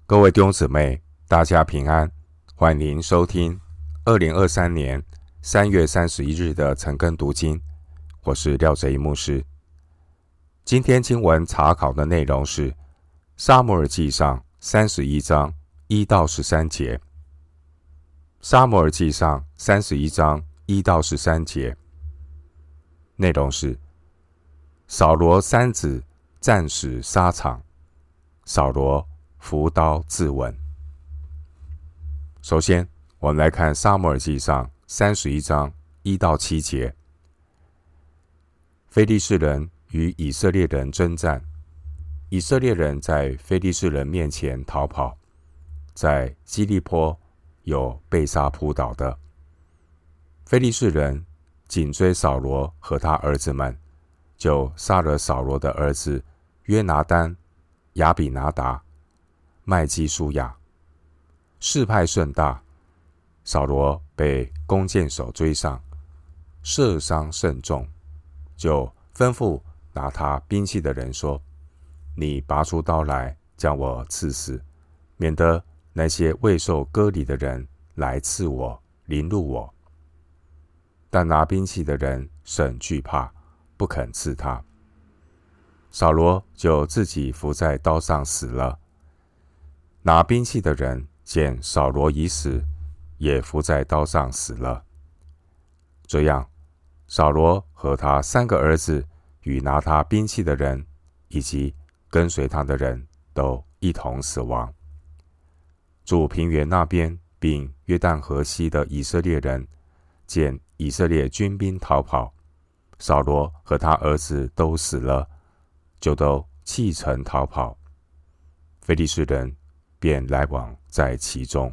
各位弟兄姊妹，大家平安，欢迎收听2023年3月31日的晨更读经。我是廖哲一牧师。今天经文查考的内容是撒母耳记上31章1到13节。撒母耳记上31章1到13节，内容是扫罗三子战死沙场，扫罗扶刀自刎。首先，我们来看撒母耳记上31章1到7节。非利士人与以色列人征战，以色列人在非利士人面前逃跑，在基利波有被杀扑倒的。非利士人紧追扫罗和他儿子们，就杀了扫罗的儿子约拿单、亚比拿达、麦基舒亚。事派甚大，扫罗被弓箭手追上，射伤甚重，就吩咐拿他兵器的人说：你拔出刀来，将我刺死，免得那些未受割礼的人来刺我，凌辱我。但拿兵器的人甚惧怕，不肯刺他。扫罗就自己伏在刀上死了。拿兵器的人见扫罗已死，也伏在刀上死了。这样，扫罗和他3个儿子与拿他兵器的人，以及跟随他的人都一同死亡。主平原那边并约旦河西的以色列人见以色列军兵逃跑，扫罗和他儿子都死了，就都弃城逃跑。非利士人便来往在其中。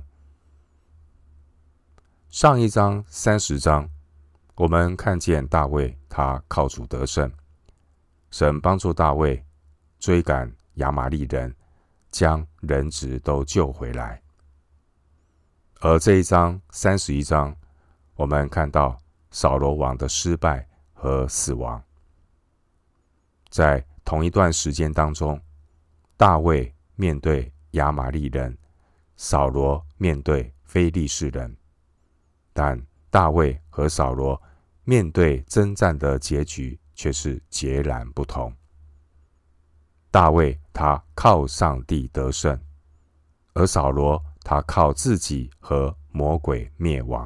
上一章30章，我们看见大卫他靠主得胜，神帮助大卫追赶亚玛力人，将人质都救回来。而这一章31章，我们看到扫罗王的失败和死亡。在同一段时间当中，大卫面对亚玛力人，扫罗面对非利士人，但大卫和扫罗面对征战的结局却是截然不同。大卫他靠上帝得胜，而扫罗他靠自己和魔鬼灭亡。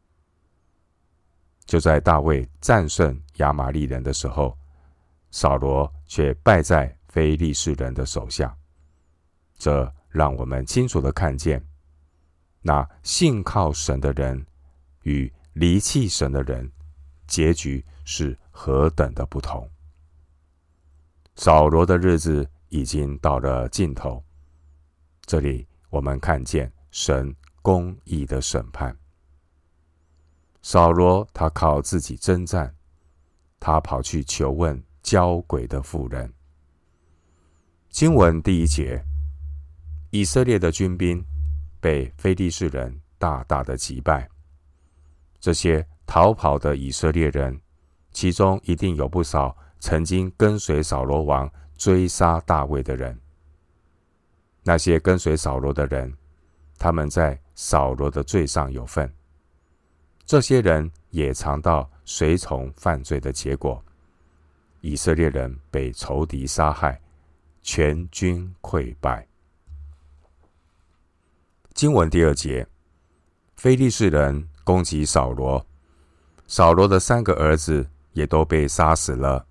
就在大卫战胜亚玛力人的时候，扫罗却败在非利士人的手下。这让我们清楚地看见，那信靠神的人与离弃神的人，结局是何等的不同。扫罗的日子已经到了尽头，这里我们看见神公义的审判。扫罗他靠自己征战，他跑去求问交鬼的妇人。经文第1节，以色列的军兵被非利士人大大的击败。这些逃跑的以色列人，其中一定有不少曾经跟随扫罗王追杀大卫的人。那些跟随扫罗的人，他们在扫罗的罪上有份。这些人也尝到随从犯罪的结果。以色列人被仇敌杀害，全军溃败。经文第2节，非利士人攻击扫罗，扫罗的3个儿子也都被杀死了。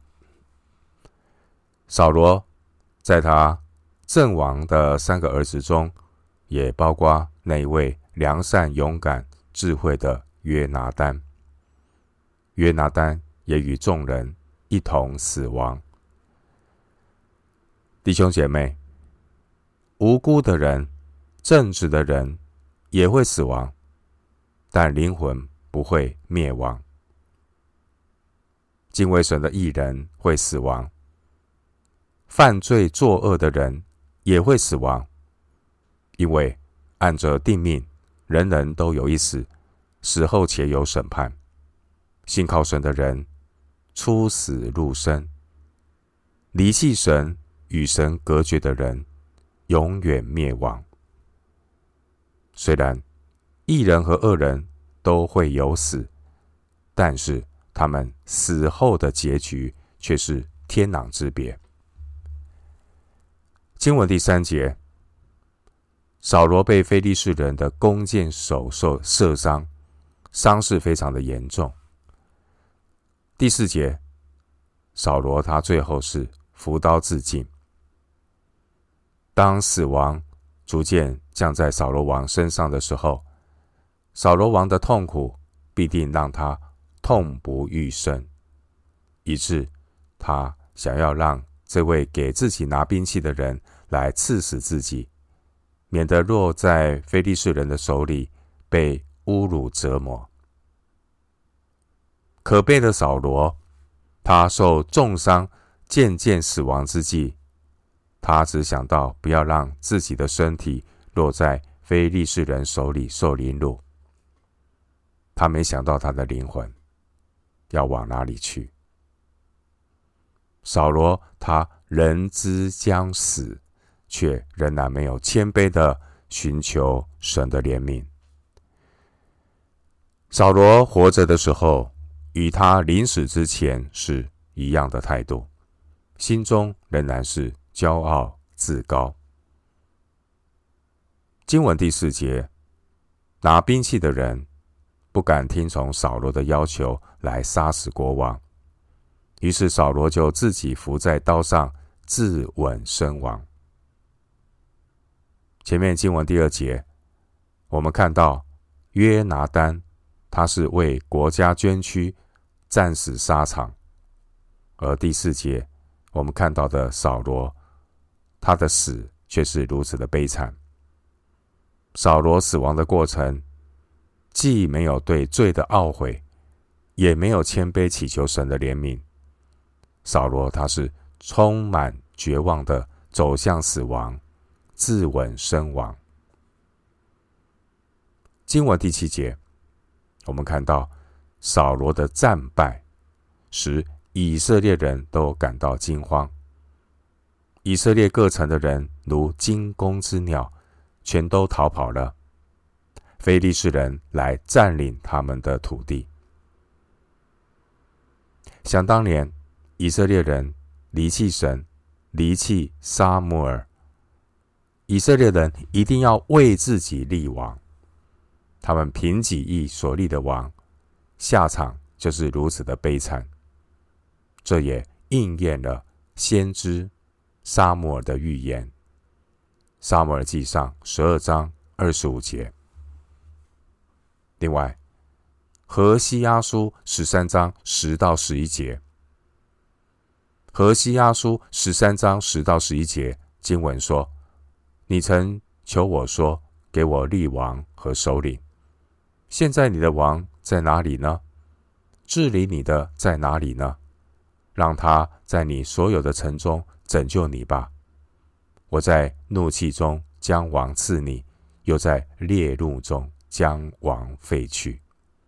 扫罗在他阵亡的3个儿子中，也包括那一位良善、勇敢、智慧的约拿单。约拿单也与众人一同死亡。弟兄姐妹，无辜的人、正直的人也会死亡，但灵魂不会灭亡。敬畏神的义人会死亡，犯罪作恶的人也会死亡，因为按着定命，人人都有一死，死后且有审判。信靠神的人出死入生，离弃神与神隔绝的人永远灭亡。 虽然义人和恶人都会有死，但是他们死后的结局却是天壤之别。经文第3节，扫罗被非利士人的弓箭手射伤，伤势非常的严重。第4节，扫罗他最后是扶刀自尽。当死亡逐渐降在扫罗王身上的时候，扫罗王的痛苦必定让他痛不欲生，以致他想要让这位给自己拿兵器的人来刺死自己，免得落在非利士人的手里被侮辱折磨。可悲的扫罗，他受重伤渐渐死亡之际，他只想到不要让自己的身体落在非利士人手里受凌辱，他没想到他的灵魂要往哪里去。扫罗他人之将死，却仍然没有谦卑的寻求神的怜悯。扫罗活着的时候，与他临死之前是一样的态度，心中仍然是骄傲自高。经文第4节，拿兵器的人不敢听从扫罗的要求来杀死国王，于是扫罗就自己伏在刀上自刎身亡。前面经文第2节，我们看到约拿单他是为国家捐躯，战死沙场，而第4节我们看到的扫罗，他的死却是如此的悲惨。扫罗死亡的过程，既没有对罪的懊悔，也没有谦卑祈求神的怜悯。扫罗他是充满绝望的走向死亡，自刎身亡。经文第7节，我们看到扫罗的战败，使以色列人都感到惊慌。以色列各城的人如惊弓之鸟，全都逃跑了。非利士人来占领他们的土地。想当年，以色列人离弃神，离弃撒母耳。以色列人一定要为自己立王，他们凭己意所立的王，下场就是如此的悲惨。这也应验了先知撒母耳的预言。撒母耳记上12章25节。另外，何西阿书13章10到11节。何西阿书13章10到11节经文说：你曾求我说，给我立王和首领。现在你的王在哪里呢？治理你的在哪里呢？让他在你所有的城中拯救你吧。我在怒气中将王赐你，又在烈怒中将王废去。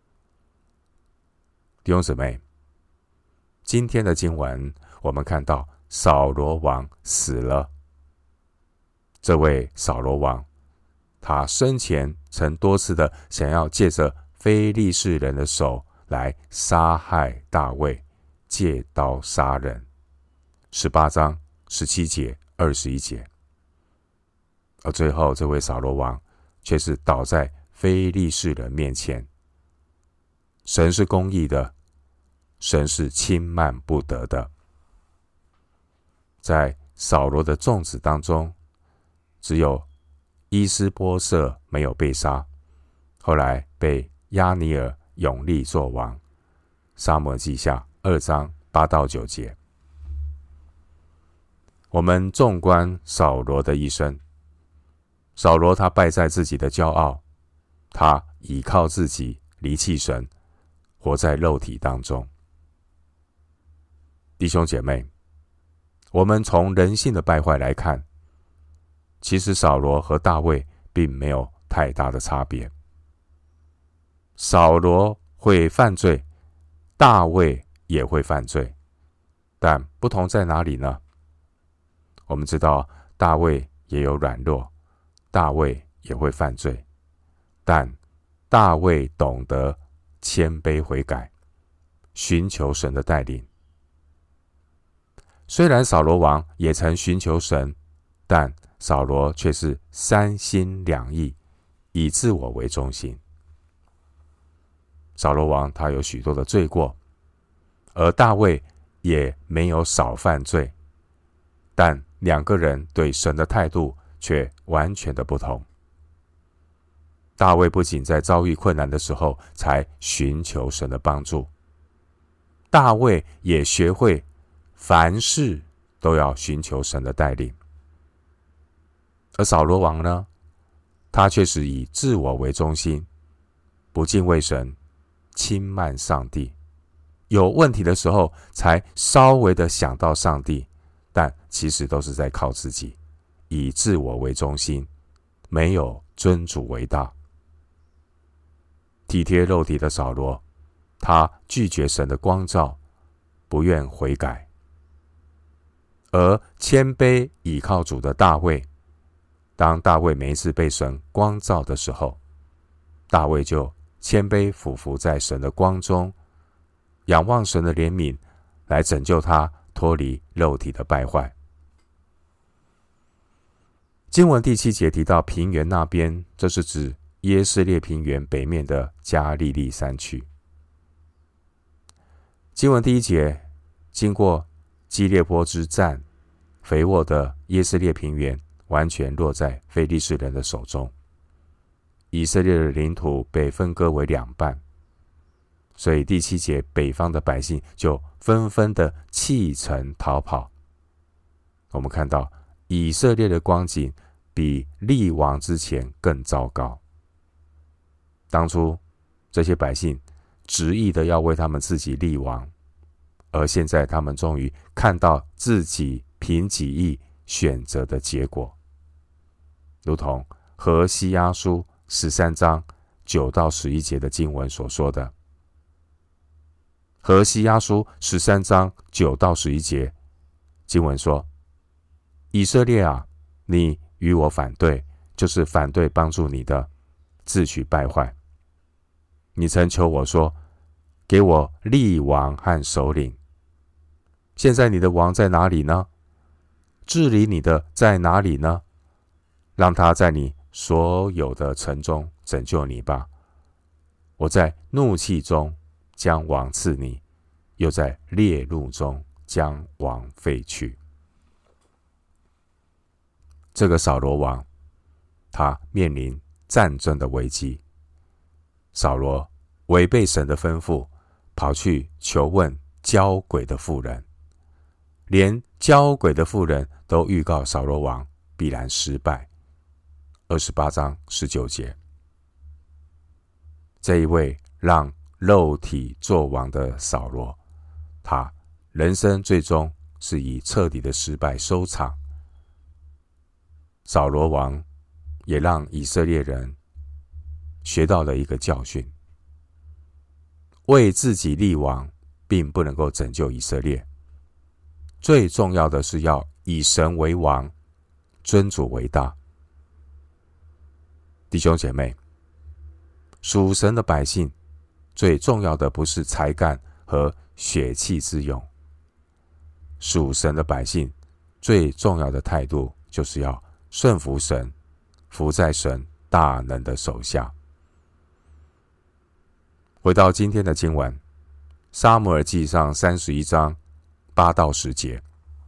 弟兄姊妹，今天的经文我们看到扫罗王死了。这位扫罗王，他生前曾多次的想要借着非利士人的手来杀害大卫，借刀杀人。18章17节、21节。而最后这位扫罗王却是倒在非利士人面前。神是公义的，神是轻慢不得的。在扫罗的众子当中，只有伊施波设没有被杀，后来被押尼珥拥立作王。撒母耳记下2章8到9节。我们纵观扫罗的一生，扫罗他败在自己的骄傲，他倚靠自己，离弃神，活在肉体当中。弟兄姐妹，我们从人性的败坏来看，其实扫罗和大卫并没有太大的差别。扫罗会犯罪，大卫也会犯罪，但不同在哪里呢？我们知道大卫也有软弱，大卫也会犯罪， 但大卫懂得谦卑悔改，寻求神的带领。虽然扫罗王也曾寻求神，但扫罗却是三心两意，以自我为中心。扫罗王他有许多的罪过，而大卫也没有少犯罪，但两个人对神的态度却完全的不同。大卫不仅在遭遇困难的时候才寻求神的帮助，大卫也学会凡事都要寻求神的带领。而扫罗王呢，他却是以自我为中心，不敬畏神，轻慢上帝，有问题的时候才稍微的想到上帝，但其实都是在靠自己，以自我为中心，没有尊主为大。体贴肉体的扫罗，他拒绝神的光照，不愿悔改；而谦卑倚靠主的大卫，当大卫每一次被神光照的时候，大卫就谦卑俯伏在神的光中，仰望神的怜悯，来拯救他脱离肉体的败坏。经文第7节提到平原那边，这是指耶斯列平原北面的加利利山区。经文第1节，经过基列波之战，肥沃的耶斯列平原完全落在非利士人的手中，以色列的领土被分割为两半，所以第7节北方的百姓就纷纷的弃城逃跑。我们看到以色列的光景比立王之前更糟糕。当初这些百姓执意的要为他们自己立王，而现在他们终于看到自己凭己意选择的结果，如同何西阿书13章9到11节的经文所说的。何西阿书13章9到11节经文说：以色列啊，你与我反对，就是反对帮助你的，自取败坏。你曾求我说，给我立王和首领。现在你的王在哪里呢？治理你的在哪里呢？让他在你所有的城中拯救你吧。我在怒气中将王赐你，又在烈怒中将王废去。这个扫罗王，他面临战争的危机。扫罗违背神的吩咐，跑去求问交鬼的妇人，连交鬼的妇人都预告扫罗王必然失败。28章19节，这一位让肉体作王的扫罗，他人生最终是以彻底的失败收场。扫罗王也让以色列人学到了一个教训：为自己立王并不能够拯救以色列，最重要的是要以神为王，尊主为大。弟兄姐妹，属神的百姓最重要的不是才干和血气之勇，属神的百姓最重要的态度就是要顺服神，服在神大能的手下。回到今天的经文，撒母耳记上31章8到10节。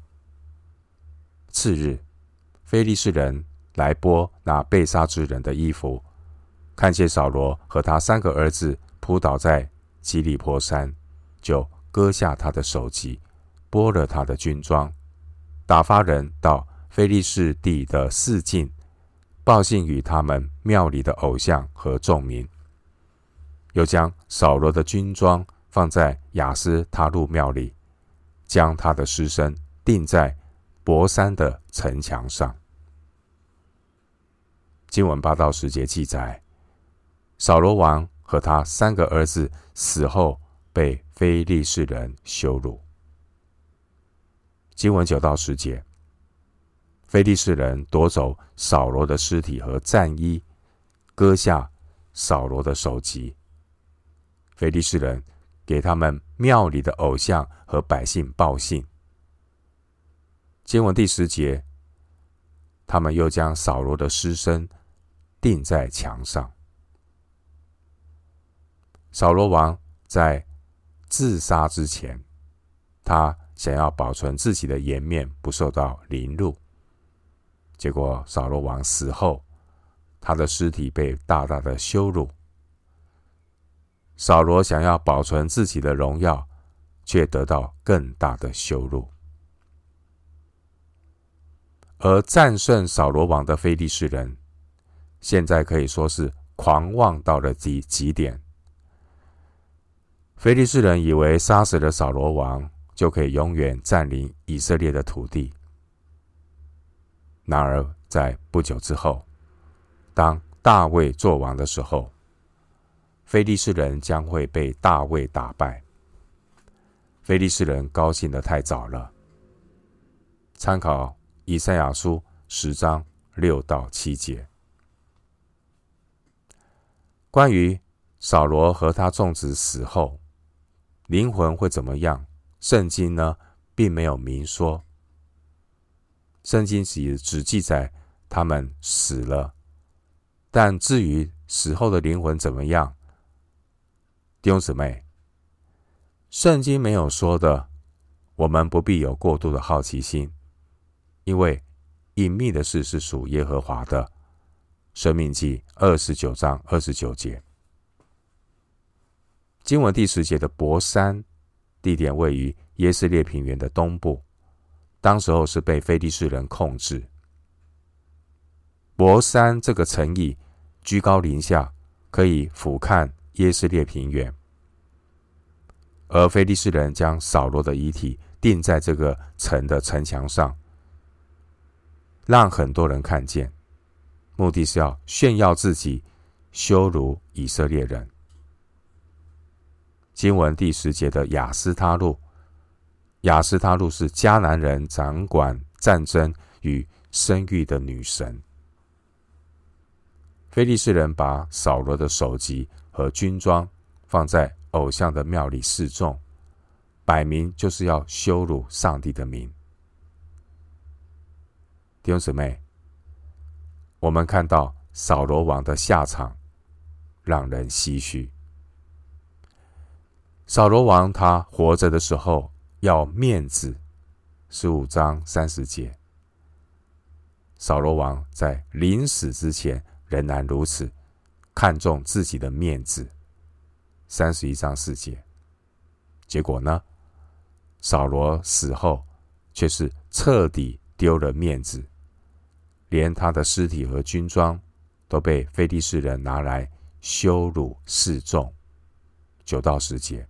次日，非利士人来剥那被杀之人的衣服，看见扫罗和他3个儿子扑倒在基利波山，就割下他的首级，剥了他的军装，打发人到非利士地的四境，报信与他们庙里的偶像和众民，又将扫罗的军装放在亚斯他路庙里，将他的尸身钉在伯山的城墙上。经文8到10节记载，扫罗王和他3个儿子死后被非利士人羞辱。经文9到10节，非利士人夺走扫罗的尸体和战衣，割下扫罗的首级。非利士人给他们庙里的偶像和百姓报信。经文第10节，他们又将扫罗的尸身钉在墙上。扫罗王在自杀之前，他想要保存自己的颜面不受到凌辱，结果扫罗王死后，他的尸体被大大的羞辱。扫罗想要保存自己的荣耀，却得到更大的羞辱。而战胜扫罗王的非利士人，现在可以说是狂妄到了极点。非利士人以为杀死了扫罗王，就可以永远占领以色列的土地。然而在不久之后，当大卫作王的时候，非利士人将会被大卫打败。非利士人高兴得太早了。参考以赛亚书10章6到7节。关于扫罗和他众子死后灵魂会怎么样，圣经呢并没有明说。圣经只记载他们死了，但至于死后的灵魂怎么样，弟兄姊妹，圣经没有说的，我们不必有过度的好奇心，因为隐秘的事是属耶和华的。申命记29章29节。经文第10节的伯山地点位于耶斯列平原的东部，当时候是被非利士人控制。伯山这个城邑居高临下，可以俯瞰耶斯列平原，而非利士人将扫罗的遗体钉在这个城的城墙上，让很多人看见，目的是要炫耀自己，羞辱以色列人。经文第10节的亚斯他路，亚斯他路是迦南人掌管战争与生育的女神。非利士人把扫罗的首级和军装放在偶像的庙里示众，摆明就是要羞辱上帝的名。弟兄姊妹，我们看到扫罗王的下场让人唏嘘。扫罗王他活着的时候要面子，15章30节。扫罗王在临死之前仍然如此，看重自己的面子，31章4节。结果呢，扫罗死后却是彻底丢了面子，连他的尸体和军装都被非利士人拿来羞辱示众，9到10节。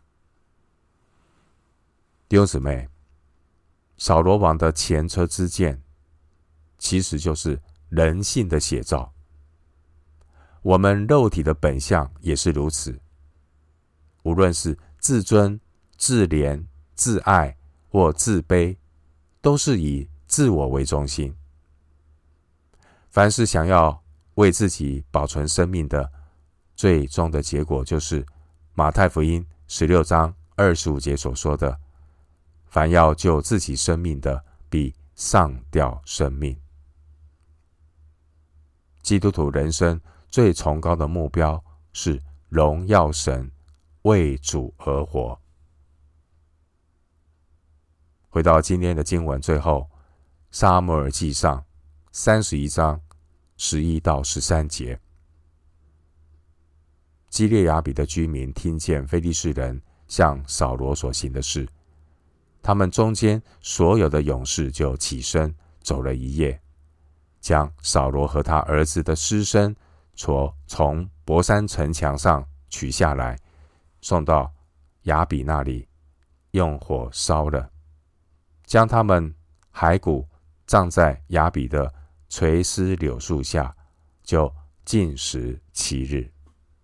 弟兄姊妹，扫罗王的前车之鉴，其实就是人性的写照。我们肉体的本相也是如此，无论是自尊、自怜、自爱或自卑，都是以自我为中心。凡是想要为自己保存生命的，最终的结果就是马太福音16章25节所说的，凡要救自己生命的，必丧掉生命。基督徒人生最崇高的目标是荣耀神，为主而活。回到今天的经文最后，撒母耳记上31章11到13节。基列雅比的居民听见非利士人向扫罗所行的事，他们中间所有的勇士就起身走了一夜，将扫罗和他儿子的尸身从伯山城墙上取下来，送到雅比那里，用火烧了，将他们骸骨葬在雅比的垂丝柳树下，就禁食7日。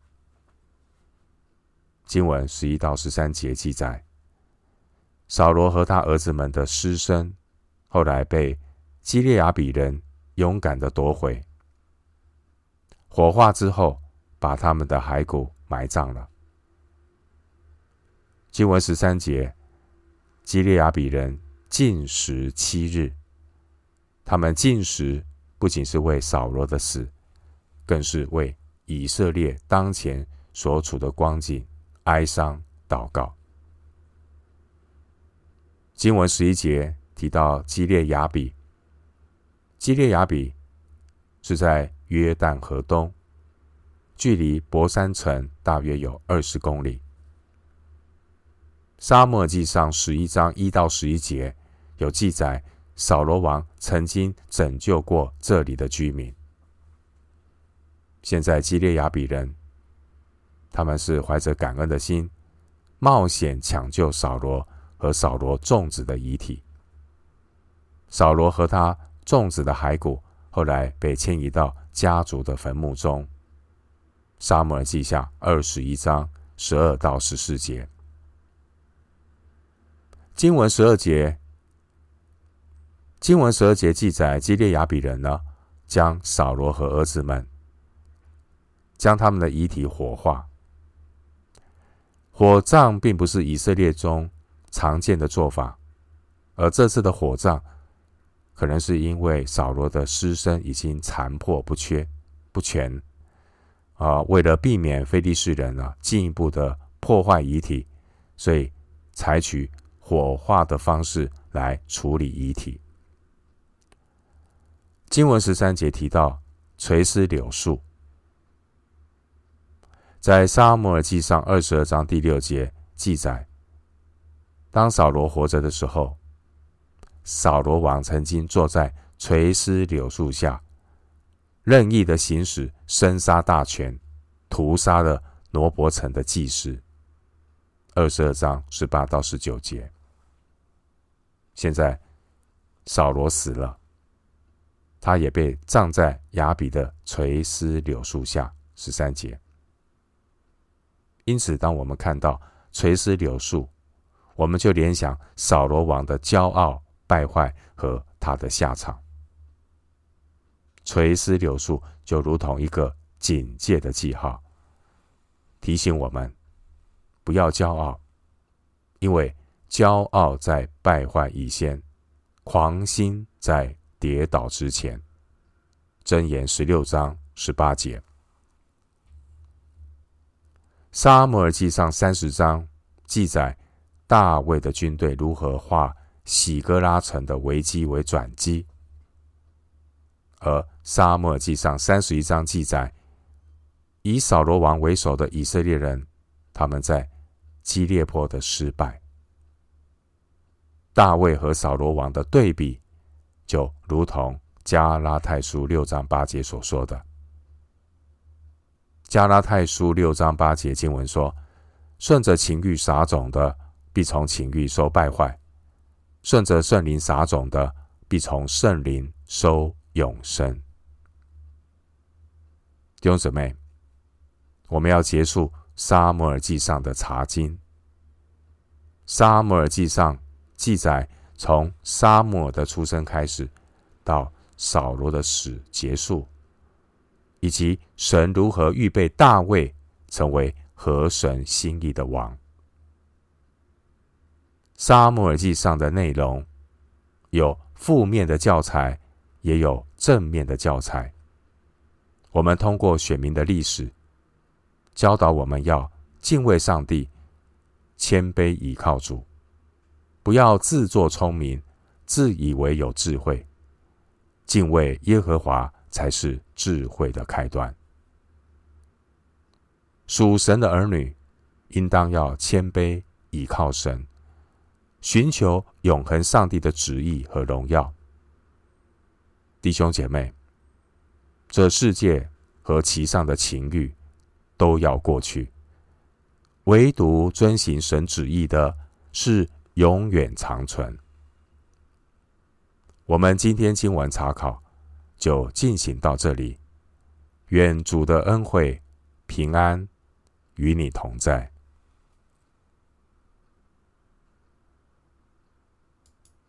经文11到13节记载，扫罗和他儿子们的尸身后来被基列雅比人勇敢地夺回。火化之后， 把他们的骸骨埋葬了。经文13节，基列雅比人禁食7日。他们禁食不仅是为扫罗的死，更是为以色列当前所处的光景哀伤祷告。经文11节提到基列雅比，基列雅比是在约旦河东，距离伯珊城大约有20公里。撒母耳记上11章1到11节有记载，扫罗王曾经拯救过这里的居民。现在基列雅比人，他们是怀着感恩的心，冒险抢救扫罗和扫罗众子的遗体。扫罗和他众子的骸骨后来被迁移到家族的坟墓中。撒母耳记下21章12到14节。经文12节记载，基列雅比人呢，将扫罗和儿子们，将他们的遗体火化。火葬并不是以色列中常见的做法，而这次的火葬，可能是因为扫罗的尸身已经残破不全，为了避免非利士人进一步的破坏遗体，所以采取火化的方式来处理遗体。经文13节提到垂丝柳树，在撒母耳记上22章第6节记载，当扫罗活着的时候，扫罗王曾经坐在垂丝柳树下，任意的行使生杀大权，屠杀了挪伯城的祭司。22章18到19节。现在扫罗死了，他也被葬在雅比的垂丝柳树下。13节。因此当我们看到垂丝柳树，我们就联想扫罗王的骄傲败坏和他的下场。垂丝柳树就如同一个警戒的记号，提醒我们不要骄傲，因为骄傲在败坏以先，狂心在跌倒之前。箴言16章18节。撒母耳记上30章记载大卫的军队如何化喜哥拉城的危机为转机，而撒母耳记上31章记载以扫罗王为首的以色列人，他们在基列坡的失败。大卫和扫罗王的对比，就如同加拉太书6章8节所说的。加拉太书6章8节经文说，顺着情欲撒种的，必从情欲收败坏；顺着圣灵撒种的，必从圣灵收永生。弟兄姊妹，我们要结束撒母耳记上的查经。撒母耳记上记载，从撒母耳的出生开始，到扫罗的死结束，以及神如何预备大卫成为合神心意的王。撒母耳记上的内容有负面的教材，也有正面的教材。我们通过选民的历史，教导我们要敬畏上帝，谦卑倚靠主，不要自作聪明，自以为有智慧。敬畏耶和华才是智慧的开端。属神的儿女应当要谦卑倚靠神，寻求永恒上帝的旨意和荣耀。弟兄姐妹，这世界和其上的情欲都要过去，唯独遵行神旨意的是永远长存。我们今天经文查考就进行到这里，愿主的恩惠平安与你同在。